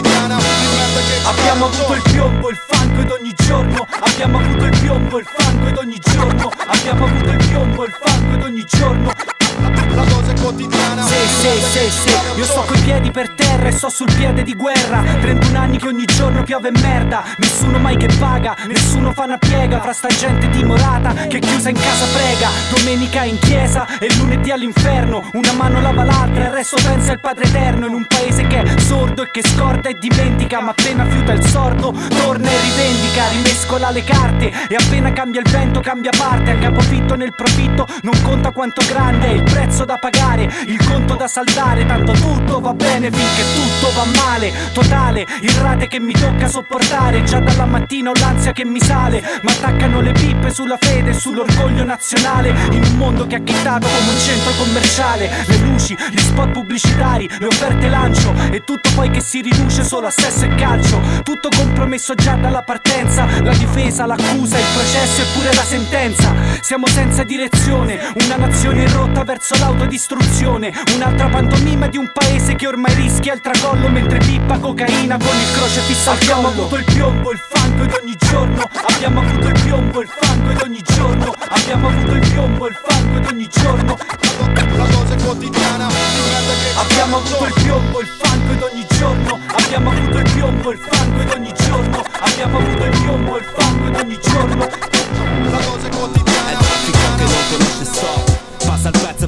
Abbiamo avuto il piombo, il fango ed ogni giorno. Abbiamo avuto il piombo, il fango ed ogni giorno. Abbiamo avuto il piombo, il fango ed ogni giorno. La cosa è quotidiana. Sì, io sto coi piedi per terra e sto sul piede di guerra. 31 anni che ogni giorno piove merda. Nessuno mai che paga, nessuno fa una piega. Fra sta gente dimorata che chiusa in casa prega. Domenica in chiesa e lunedì all'inferno. Una mano lava l'altra, il resto pensa al Padre Eterno. In un paese che è sordo e che scorda e dimentica, ma appena fiuta il sordo torna e rivendica. Rimescola le carte e appena cambia il vento cambia parte. A capofitto nel profitto non conta quanto grande è il prezzo da pagare, il conto da saldare. Tanto tutto va bene finché tutto va male. Totale, il rate che mi tocca sopportare. Già dalla mattina ho l'ansia che mi sale. Ma attaccano le pippe sulla fede e sull'orgoglio nazionale. In un mondo che ha chittato come un centro commerciale. Le luci, gli spot pubblicitari, le offerte lancio. E tutto poi che si riduce solo a sesso e calcio. Tutto compromesso già dalla partenza. La difesa, l'accusa, il processo e pure la sentenza. Siamo senza direzione, una nazione rotta verso l'autodistruzione. Un'altra pantomima di un paese che ormai rischia il tracollo mentre pippa cocaina con il crocefisso al collo. Abbiamo avuto il piombo, il fango ed ogni giorno. Abbiamo avuto il piombo, il fango ed ogni giorno. Abbiamo avuto il piombo, il fango ed ogni giorno. La cosa è quotidiana. Abbiamo avuto il piombo, il fango ed ogni giorno. Abbiamo avuto il piombo, il fango ed ogni giorno. Abbiamo avuto il piombo, il fango ed ogni giorno. La cosa è quotidiana. È traffico che non conosce stop. Passa il pezzo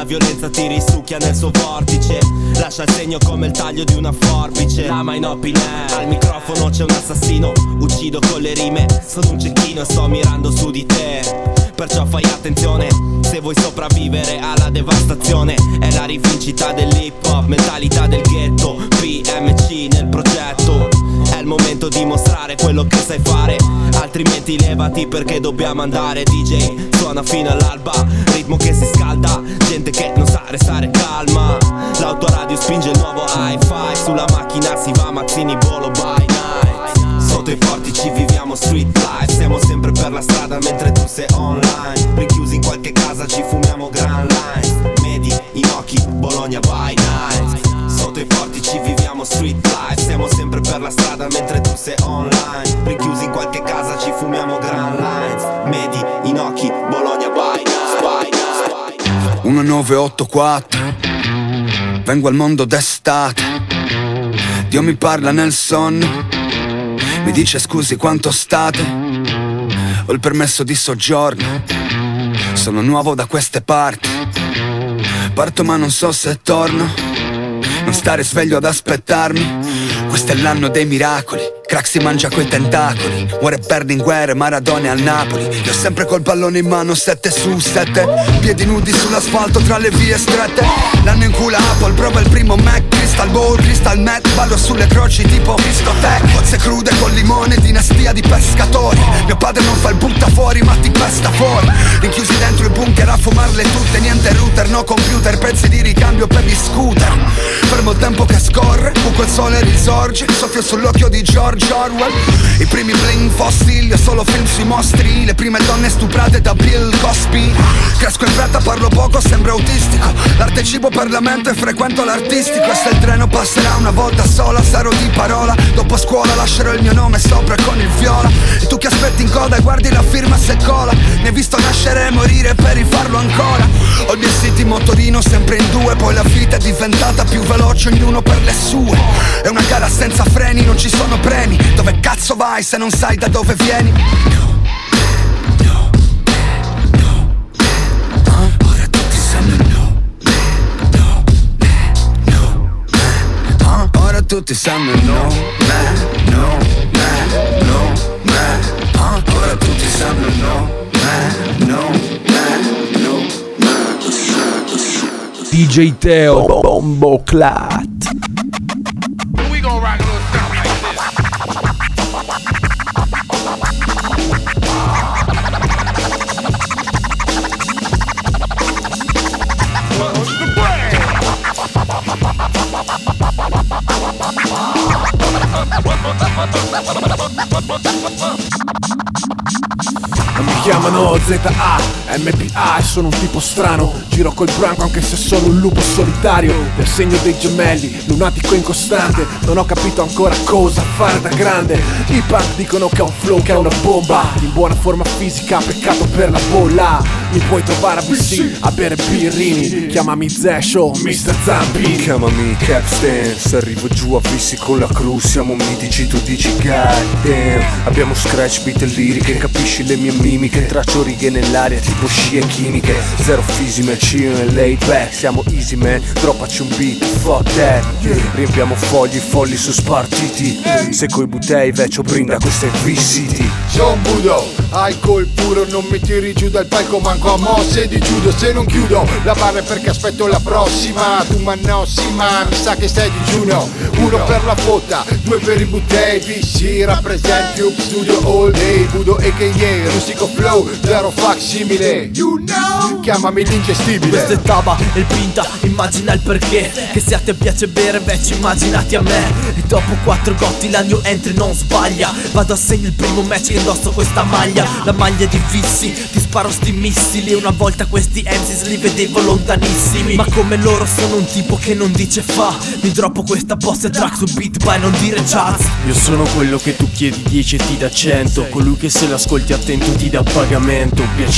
violenza ti risucchia nel suo vortice. Lascia il segno come il taglio di una forbice. Lama inopine, al microfono c'è un assassino. Uccido con le rime, sono un cecchino e sto mirando su di te. Perciò fai attenzione, se vuoi sopravvivere alla devastazione. È la rivincita dell'hip hop, mentalità del ghetto, PMC nel progetto. È il momento di mostrare quello che sai fare, altrimenti levati perché dobbiamo andare. DJ suona fino all'alba, ritmo che si scalda, gente che non sa restare calma. L'autoradio spinge il nuovo hi-fi, sulla macchina si va Mazzini volo by night. Sotto i portici viviamo street life, siamo sempre per la strada mentre tu sei online. Richiusi in qualche casa ci fumiamo grand lines, Medi, Inoki, Bologna by night. Sotto i portici viviamo street life, siamo sempre per la strada mentre tu sei online. Richiusi in qualche casa ci fumiamo grand lines, Medi, Inoki, Bologna by night. 1984, vengo al mondo d'estate. Dio mi parla nel sonno, mi dice scusi quanto state. Ho il permesso di soggiorno, sono nuovo da queste parti. Parto ma non so se torno, non stare sveglio ad aspettarmi. Questo è l'anno dei miracoli, crack si mangia coi tentacoli. Muore e perde in guerra, Maradona al Napoli. Io sempre col pallone in mano, 7 su 7. Piedi nudi sull'asfalto tra le vie strette. L'anno in cui la Apple prova il primo Mac. Crystal Ball, Crystal Meth, ballo sulle croci tipo Cristotech. Cozze crude col limone, dinastia di pescatori. Mio padre non fa il butta fuori ma ti pesta fuori. Rinchiusi dentro il bunker a fumarle tutte. Niente router, no computer, pezzi di ricambio per gli scooter. Fermo il tempo che scorre, buco il sole risorge. Soffio sull'occhio di George Orwell. I primi bling fossili, solo film sui mostri. Le prime donne stuprate da Bill Cosby. Cresco in fretta, parlo poco, sembro autistico. L'arte è cibo per la mente, frequento l'artistico. E se il treno passerà una volta sola, sarò di parola. Dopo scuola lascerò il mio nome sopra con il viola. E tu che aspetti in coda e guardi la firma se cola. Ne hai visto nascere e morire per rifarlo ancora. Ho il mio city motorino sempre in due. Poi la vita è diventata più veloce, ognuno per le sue. È una gara senza freni, non ci sono premi. Dove cazzo vai se non sai da dove vieni? Ora tutti sanno no. Ora tutti sanno no. Ora tutti sanno no. DJ Teo Bombo Clat. We gon' rock a little something like Mi chiamano ZA, MPA e sono un tipo strano. Giro col branco anche se sono un lupo solitario. Del segno dei gemelli, lunatico incostante. Non ho capito ancora cosa fare da grande. I punk dicono che ho un flow, che è una bomba. In buona forma fisica, peccato per la bolla. Mi puoi trovare a BC, a bere birrini. Chiamami Zesho, Mr. Zampi. Chiamami Capstance, arrivo giù a Vissi con la crew. Siamo mitici, tu dici goddamn. Abbiamo scratch, beat e liriche, capisci le mie mimiche. Traccio righe nell'aria tipo scie chimiche. Zero fisime, chill e laid back. Siamo easy man, droppaci un beat, fuck that. Riempiamo fogli, folli su spartiti. Se coi butei vecchio brinda questa è V-City. John Budo, alcol puro, non mi tiri giù dal palco manco a mosse di judo. Se non chiudo la barra è perché aspetto la prossima. Tu mannossi ma mi sa che stai digiuno. 1 per la fotta, 2 per i butei. VC rappresent più studio all day. Budo a.k.a. rustico flow, zero facsimile. You know, chiamami l'ingestibile. Questa è Taba e Pinta, immagina il perché. Che se a te piace bere invece immaginati a me. E dopo 4 gotti la new entry non sbaglia. Vado a segno il primo match che indosso questa maglia. La maglia di Vissi, ti sparo sti missili. Una volta questi MCs li vedevo lontanissimi. Ma come loro sono un tipo che non dice fa. Mi droppo questa boss e track su beat by non dire jazz. Io sono quello che tu chiedi 10 e ti dà 100. Colui che se l'ascolti attento ti dà pagamento. Piacere mi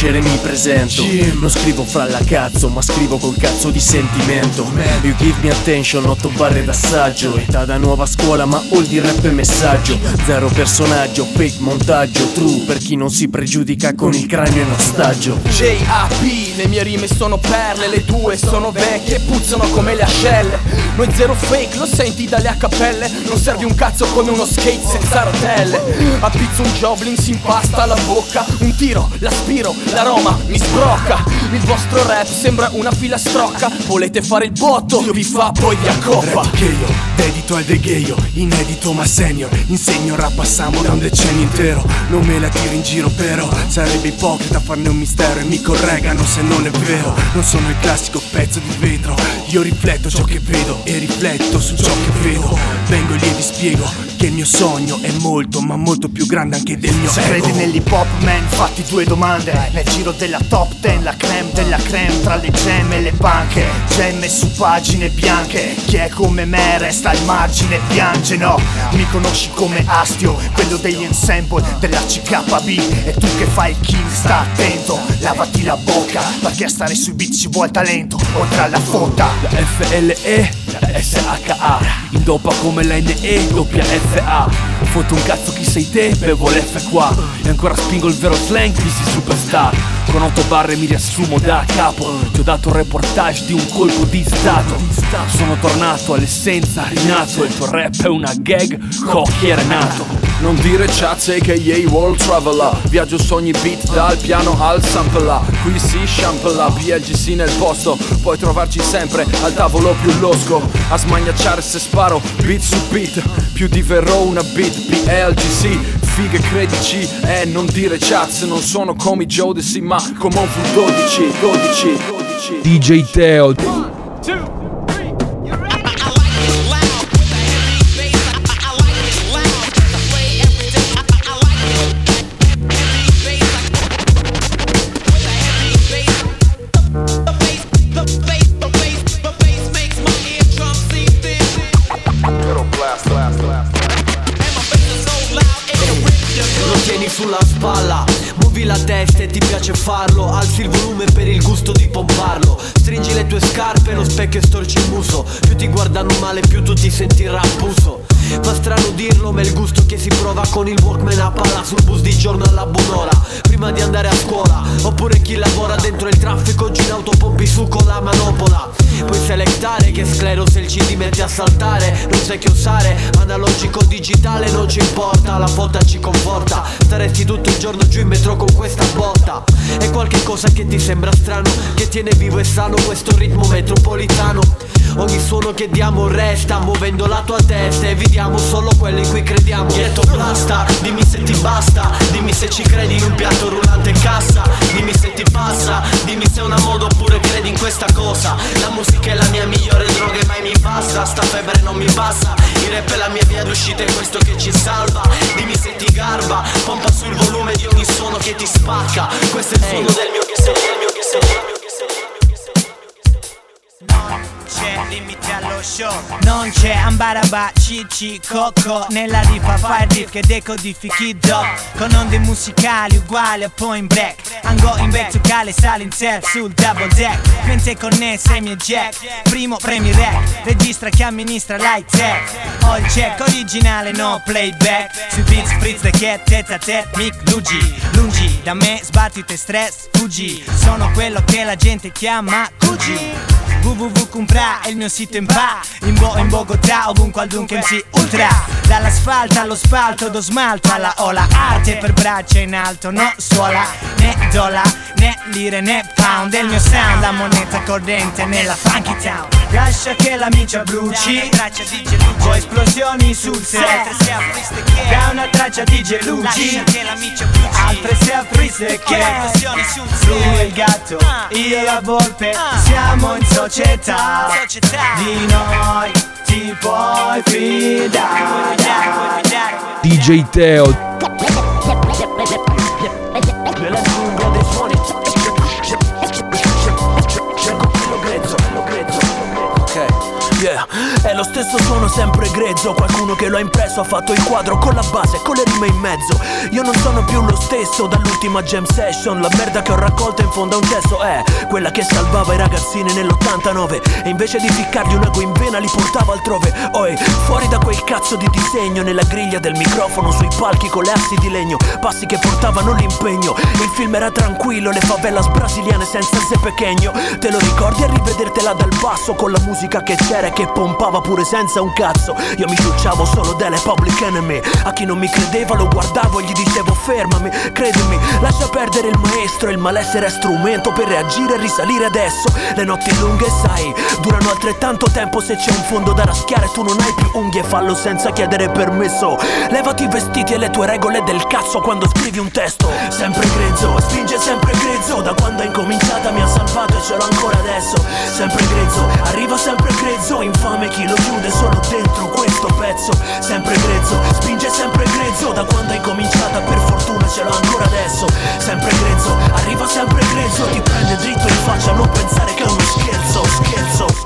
presento. Non scrivo fra la cazzo, ma scrivo col cazzo di sentimento. You give me attention, 8 barre d'assaggio. Età da nuova scuola, ma all di rap e messaggio. Zero personaggio, fake montaggio. True per chi non si pregiudica con il cranio in ostaggio. J.A.P. le mie rime sono perle, le tue sono vecchie e puzzano come le ascelle. Noi zero fake, lo senti dalle a cappelle. Non servi un cazzo come uno skate senza rotelle. A pizzo un joblin si impasta la bocca. Un tiro, l'aspiro, l'aroma mi sbrocca. Il vostro rap sembra una filastrocca. Volete fare il botto, Dio vi fa poi vi accoppa. Rap che io dedito al degheio, inedito ma senior. Insegno rap a Sambo da un decennio intero. Non me la tiro in giro però sarebbe ipocrita farne un mistero. E mi correggano se non è vero. Non sono il classico pezzo di vetro. Io rifletto ciò che vedo e rifletto su ciò che vedo. Vengo lì e vi spiego che il mio sogno è molto ma molto più grande anche del mio ego. Se credi nell'hip hop man, fatti 2 domande. Nel giro della top 10, la creme della creme. Tra le gemme e le banche, gemme su pagine bianche. Chi è come me resta al margine e piange. No, mi conosci come Astio, quello degli ensemble della CKB. E tu che fai il king sta attento, lavati la bocca, perché a stare sui beat ci vuole talento, oltre alla fotta. La FLE, la SHA, in dopa come la NE, doppia FA. Foto un cazzo chi sei te, bevo l'F qua. E ancora spingo il vero slang, dissi superstar. Con 8 barre mi riassumo da capo. Ti ho dato un reportage di un colpo di stato. Sono tornato all'essenza, rinato. Il tuo rap è una gag, Cocchi è renato. Non dire Chaz a.k.a. World Traveler. Viaggio su ogni beat dal piano al sampler. Qui si shampla, BLGC nel posto. Puoi trovarci sempre al tavolo più losco. A smagnacciare se sparo beat su beat. Più di verrò una beat, BLGC. Fighe credici, non dire Chaz. Non sono come Jodeci ma come un V12 DJ Teo. Sulla spalla, muovi la testa e ti piace farlo. Alzi il volume per il gusto di pomparlo. Stringi le tue scarpe, lo specchio e storci il muso. Più ti guardano male, più tu ti sentirai abuso. Fa strano dirlo, ma è il gusto che si prova con il Walkman a palla sul bus di giorno alla buon'ora, prima di andare a scuola. Oppure chi lavora dentro il traffico, oggi in autopompi su con la manopola. Puoi selectare che sclero se il CD mette a saltare. Non sai che usare, analogico digitale non ci importa. La foto ci conforta, staresti tutto il giorno giù in metro con questa botta. È qualche cosa che ti sembra strano, che tiene vivo e sano questo ritmo metropolitano. Ogni suono che diamo resta, muovendo la tua testa. Evitiamo solo quello in cui crediamo. Ghetto blasta, dimmi se ti basta. Dimmi se ci credi in un piatto rullante in cassa. Dimmi se ti passa, dimmi se è una moda oppure credi in questa cosa. La musica è la mia migliore droga e mai mi basta. Sta febbre non mi passa, il rap è la mia via d'uscita, è questo che ci salva. Dimmi se ti garba, pompa sul volume di ogni suono che ti spacca. Questo è il suono del mio che sei, del mio che sei, del mio che sei, del mio che sei, del mio che sei. Non c'è limite allo show, non c'è ambaraba, cicci, cocco. Nella rifa fai il riff che decodifichi doc. Con onde musicali uguali a Point Break. I'm going back to Cali, sali in self sul double deck. Mente connesse ai miei jack. Primo premi rec, registra chi amministra l'high tech. Ho il check originale, no playback. Sui beats frizz the cat, tete a tete, mic Luigi. Lungi da me, sbattite stress, fuggi. Sono quello che la gente chiama Gucci. www.compra è il mio sito in pa. In Bogotà, ovunque al Dunque MC Ultra. Dall'asfalto allo spalto, do smalto alla ola. Arte per braccia in alto, no suola. Né dolla, né lire, né pound. È il mio sound, la moneta corrente nella funky town. Lascia che la miccia bruci, poi esplosioni sul set. Da una traccia di gelugi, altre si aprise che lui è il gatto, io la volpe. Siamo in società, di noi ti puoi fidare. DJ Teo. Yeah, è lo lo stesso suono sempre grezzo. Qualcuno che lo ha impresso ha fatto il quadro con la base, con le rime in mezzo. Io non sono più lo stesso dall'ultima jam session. La merda che ho raccolto in fondo a un cesso è quella che salvava i ragazzini nell'89 e invece di ficcargli un ago in vena li portava altrove. Oi, fuori da quel cazzo di disegno, nella griglia del microfono, sui palchi con le assi di legno, passi che portavano l'impegno. Il film era tranquillo, le favelas brasiliane senza se pechegno. Te lo ricordi a rivedertela dal basso, con la musica che c'era e che pompava pure senza un cazzo. Io mi ciucciavo solo delle Public Enemy. A chi non mi credeva lo guardavo e gli dicevo fermami, credimi, lascia perdere il maestro. Il malessere è strumento per reagire e risalire adesso. Le notti lunghe sai, durano altrettanto tempo. Se c'è un fondo da raschiare tu non hai più unghie, fallo senza chiedere permesso. Levati i vestiti e le tue regole del cazzo quando scrivi un testo. Sempre grezzo, spinge sempre grezzo. Da quando è incominciata mi ha salvato e ce l'ho ancora adesso. Sempre grezzo, arriva sempre grezzo. Infame chi lo chiude solo dentro questo pezzo. Sempre grezzo, spinge sempre grezzo. Da quando è incominciata per fortuna ce l'ho ancora adesso. Sempre grezzo, arriva sempre grezzo. Ti prende dritto in faccia, non pensare che è uno scherzo. Scherzo.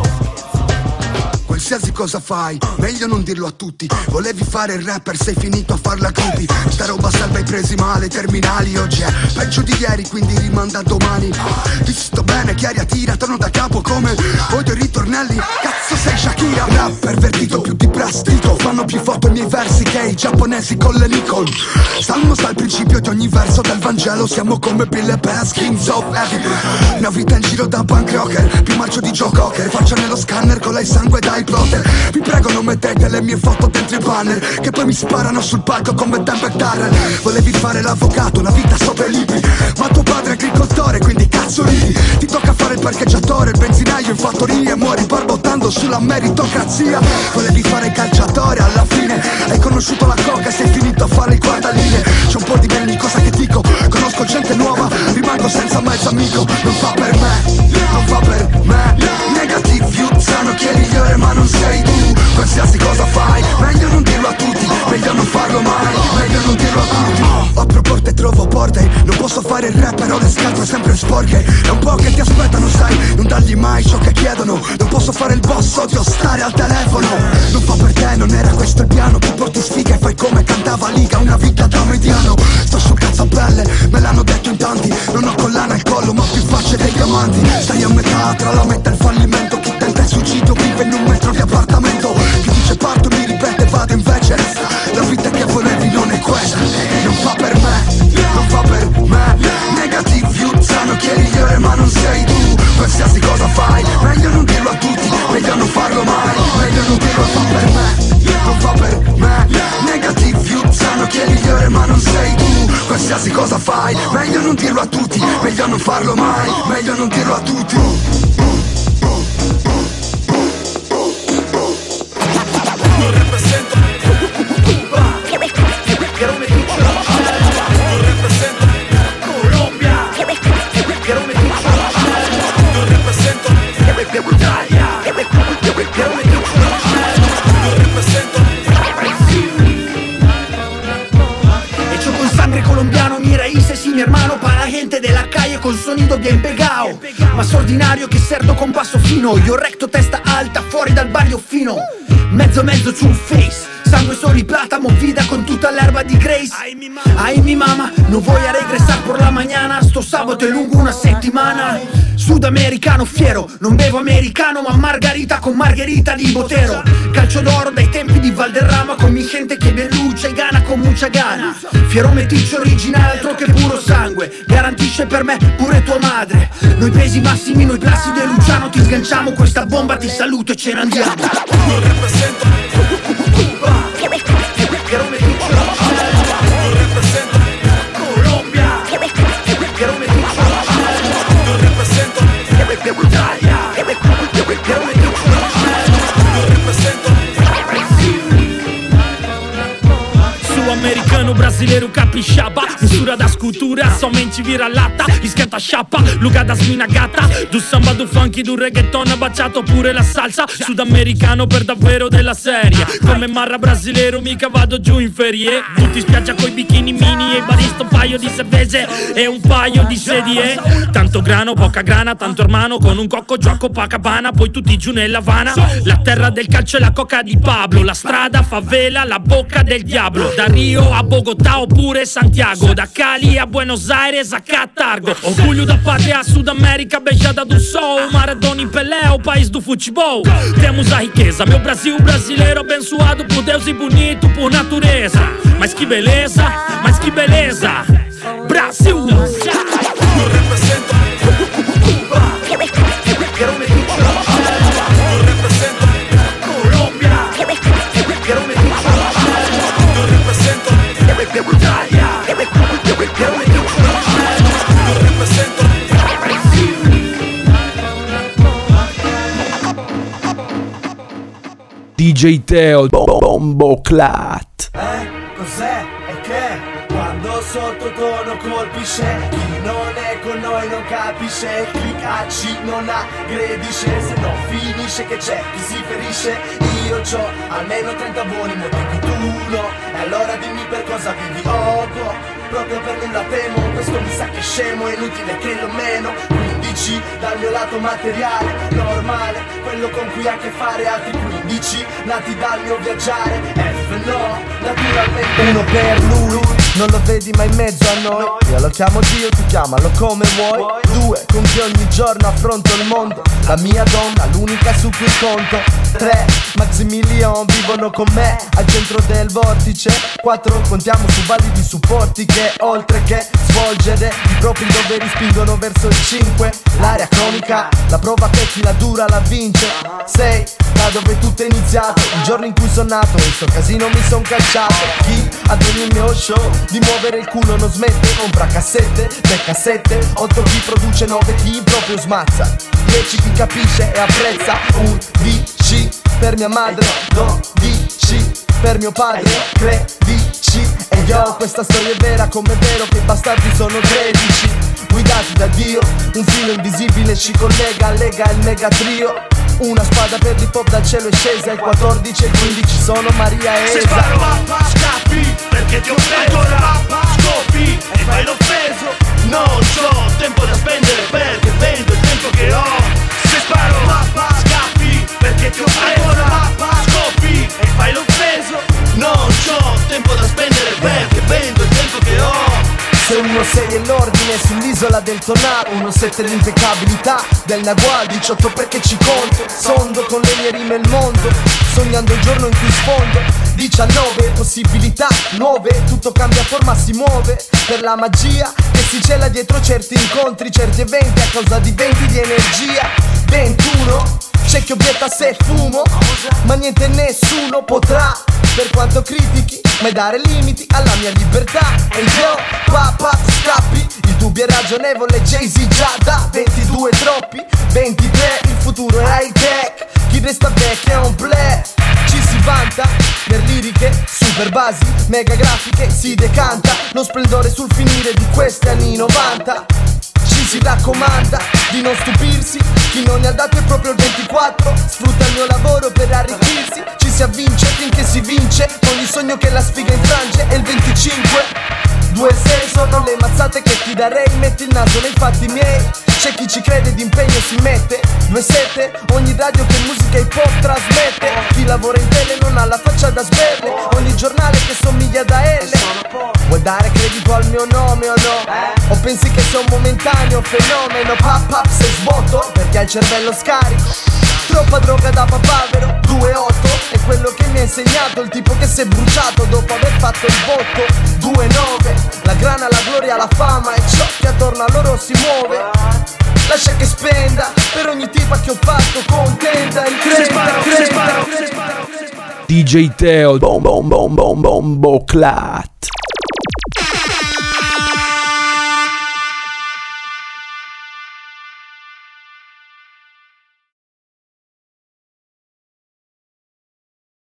Qualsiasi cosa fai, meglio non dirlo a tutti. Volevi fare il rapper, sei finito a farla gruppi. Sta roba salva i presi male, terminali. Oggi è peggio di ieri, quindi rimanda a domani. Ti sto bene, chiari tira, torno da capo come odio i ritornelli. Cazzo sei Shakira. Rap pervertito, più di prestito. Fanno più foto i miei versi che i giapponesi con le Nikon. Salmo sta al principio di ogni verso del Vangelo. Siamo come Bill e Kings of Heavy. Una vita in giro da punk rocker, più marcio di Joe Cocker. Faccia nello scanner con lei sangue dai plotter. Vi prego non mettete le mie foto dentro i banner, che poi mi sparano sul palco come Dan Darrell. Volevi fare l'avvocato, una vita sopra i libri, ma tuo padre è agricoltore, quindi cazzo ridi. Ti tocca fare il parcheggiatore, il benzinaio in fattoria, muori barbottando sulla meritocrazia. Volevi fare il calciatore, alla fine hai conosciuto la coca e sei finito a fare il guardaline. C'è un po' di bene ogni cosa che dico, conosco gente nuova, rimango senza mezzo amico. Non fa per me, non fa per me. Negative view, sanno che è migliore ma non sei tu. Qualsiasi cosa fai, meglio non dirlo a tutti, meglio non farlo mai, meglio non dirlo a tutti. Apro porte e trovo porte, non posso fare il rapper, ho le scatole sempre sporche. È un po' che ti aspettano, sai, non dargli mai ciò che chiedono. Non posso fare il boss, odio stare al telefono. Non fa per te, non era questo il piano. Tu porti sfiga e fai come cantava Liga, una vita da mediano. Sto sul cazzo a pelle, me l'hanno detto in tanti. Non ho collana al collo ma più facce dei diamanti. Stai a metà tra la meta e il fallimento. Chi tenta il suicidio vive in un metro di appartamento. Chi dice parto mi ripete vado invece resta. La vita che volevi non è questa. Non fa per me, non fa per me. Negative view, sanno che è migliore ma non sei tu. Qualsiasi cosa fai, meglio non dirlo a tutti, meglio non farlo mai, meglio non dirlo. Fa per me, non fa per me. Negative view, sanno che è migliore ma non sei tu. Qualsiasi cosa fai, meglio non dirlo a tutti, meglio non farlo mai, meglio non dirlo a tutti. Mi hermano para gente de la calle con sonido bien pegao. Más ordinario che cerdo con passo fino. Io recto testa alta fuori dal barrio fino. Mezzo mezzo true face, sangue solo y plata movida con tutta l'erba di Grace. Ay mi mamá, no voy a regresar por la mañana. Sto sabato è lungo una settimana. Sudamericano fiero, non bevo americano ma margarita con margherita di Botero. Calcio d'oro dai tempi di Valderrama con mi gente che ben luce e gana con mucha gana. Fiero meticcio originale, altro che puro sangue, garantisce per me pure tua madre. Noi pesi massimi, noi Placido e Luciano ti sganciamo questa bomba, ti saluto e ce ne andiamo. Io rappresento Cuba, fiero meticcio originale. Io rappresento Colombia, fiero meticcio originale. Io rappresento Italia, fiero meticcio originale. Io rappresento Sul-americano, brasileiro, capixaba. Mistura das culturas, somente vira-lata. Esquenta a chapa, lugar das mina gata. Do samba, do funk, do reggaeton, baciato pure la salsa. Sudamericano per davvero della serie. Come Marra brasileiro, mica vado giù in ferie. Tutti in spiaggia coi bikini mini e i baristo paio di cervese e un paio di sedie. Tanto grano, poca grana, tanto hermano, con un cocco giù a Copacabana, poi tutti giù nell'Havana. La terra del calcio e la coca di Pablo, la strada, favela, la bocca del diavolo. Da Rio a Bogotà oppure Santiago, da Cali a Buenos Aires a Catargo. Orgulho da pátria, Sud América, beijada do sol. Maradona em Pelé, o país do futebol. Temos a riqueza, meu Brasil brasileiro, abençoado por Deus e bonito por natureza. Mas que beleza, mas que beleza, Brasil. Yo represento Cuba. Yo represento Colombia. Yo represento Italia. Yo represento DJ Teo Bomboclat. Cos'è? E che? Quando sottotono colpisce, chi non è con noi non capisce. Clicacci non aggredisce, se no finisce che c'è chi si ferisce. Io c'ho almeno 30 buoni, molti più tu no. E allora dimmi per cosa vivi odio. Proprio per nulla temo, questo mi sa che scemo, è inutile che lo meno. 15 dal mio lato materiale, normale, quello con cui ha a che fare. Altri 15 nati dal mio viaggiare. F no, naturalmente uno per lui, non lo vedi mai in mezzo a noi. Io lo chiamo Dio, tu chiamalo come vuoi. 2 con cui ogni giorno affronto il mondo. La mia donna, l'unica su cui conto. 3 Maximilian vivono con me al centro del vortice. 4 contiamo su validi supporti che oltre che svolgere i propri doveri spingono verso il 5. L'area cronica, la prova che chi la dura la vince. 6 da dove tutto è iniziato, il giorno in cui sono nato, in sto casino mi son cacciato. Chi ad ogni mio show di muovere il culo non smette, compra cassette, becca 7, 8 chi produce, 9 chi proprio smazza, 10 chi capisce e apprezza, 11 per mia madre, 12 per mio padre, 13 e io, questa storia è vera come è vero che i bastardi sono 13. Guidati da Dio, un filo invisibile ci collega, lega il mega trio. Una spada per l'hip hop dal cielo è scesa. Il 14 e il 15 sono Maria e Esa. Se sparo papà, scappi perché ti ho preso. Ancora scoppi e fai l'offeso. Non c'ho tempo da spendere perché vendo il tempo che ho. Se sparo papà, scappi perché ti ho preso. Ancora scoppi e fai l'offeso. Non c'ho tempo da spendere perché vendo il tempo che ho. Se 1-6 è l'ordine sull'isola del tonale, 1-7 l'impeccabilità del Nagual, 18 perché ci conto, sondo con le mie rime il mondo, sognando il giorno in cui sfondo, 19 possibilità nuove, tutto cambia forma, si muove, per la magia che si cela dietro certi incontri, certi eventi a causa di venti di energia, 21 c'è chi obietta se fumo, ma niente e nessuno potrà, per quanto critichi, mai dare limiti alla mia libertà. E io, papà, scappi, il dubbio è ragionevole, Jay-Z già da 22 troppi, 23, il futuro è high tech, chi resta vecchio è un play. Ci si vanta per liriche, super basi, mega grafiche, si decanta lo splendore sul finire di questi anni 90. Ci si raccomanda di non stupirsi, chi non ne ha dato è proprio il 24, sfrutta il mio lavoro per arricchirsi, ci si avvince finché si vince, ogni sogno che la sfiga infrange è il 25. 2-6 sono le mazzate che ti darei, metti il naso nei fatti miei, c'è chi ci crede d'impegno si mette, 2-7 ogni radio che musica hip hop trasmette, chi lavora in tele non ha la faccia da sberle, ogni giornale che somiglia da L. Vuoi dare credito al mio nome o no? O pensi che sia un momentaneo fenomeno? Pap se sbotto perché hai il cervello scarico. Troppa droga da papavero, 2-8 è quello che mi ha insegnato il tipo che si è bruciato dopo aver fatto il botto. 2-9, la grana, la gloria, la fama e ciò che attorno a loro si muove. Lascia che spenda per ogni tipa che ho fatto contenta. Il 30. DJ Teo Bomboclat.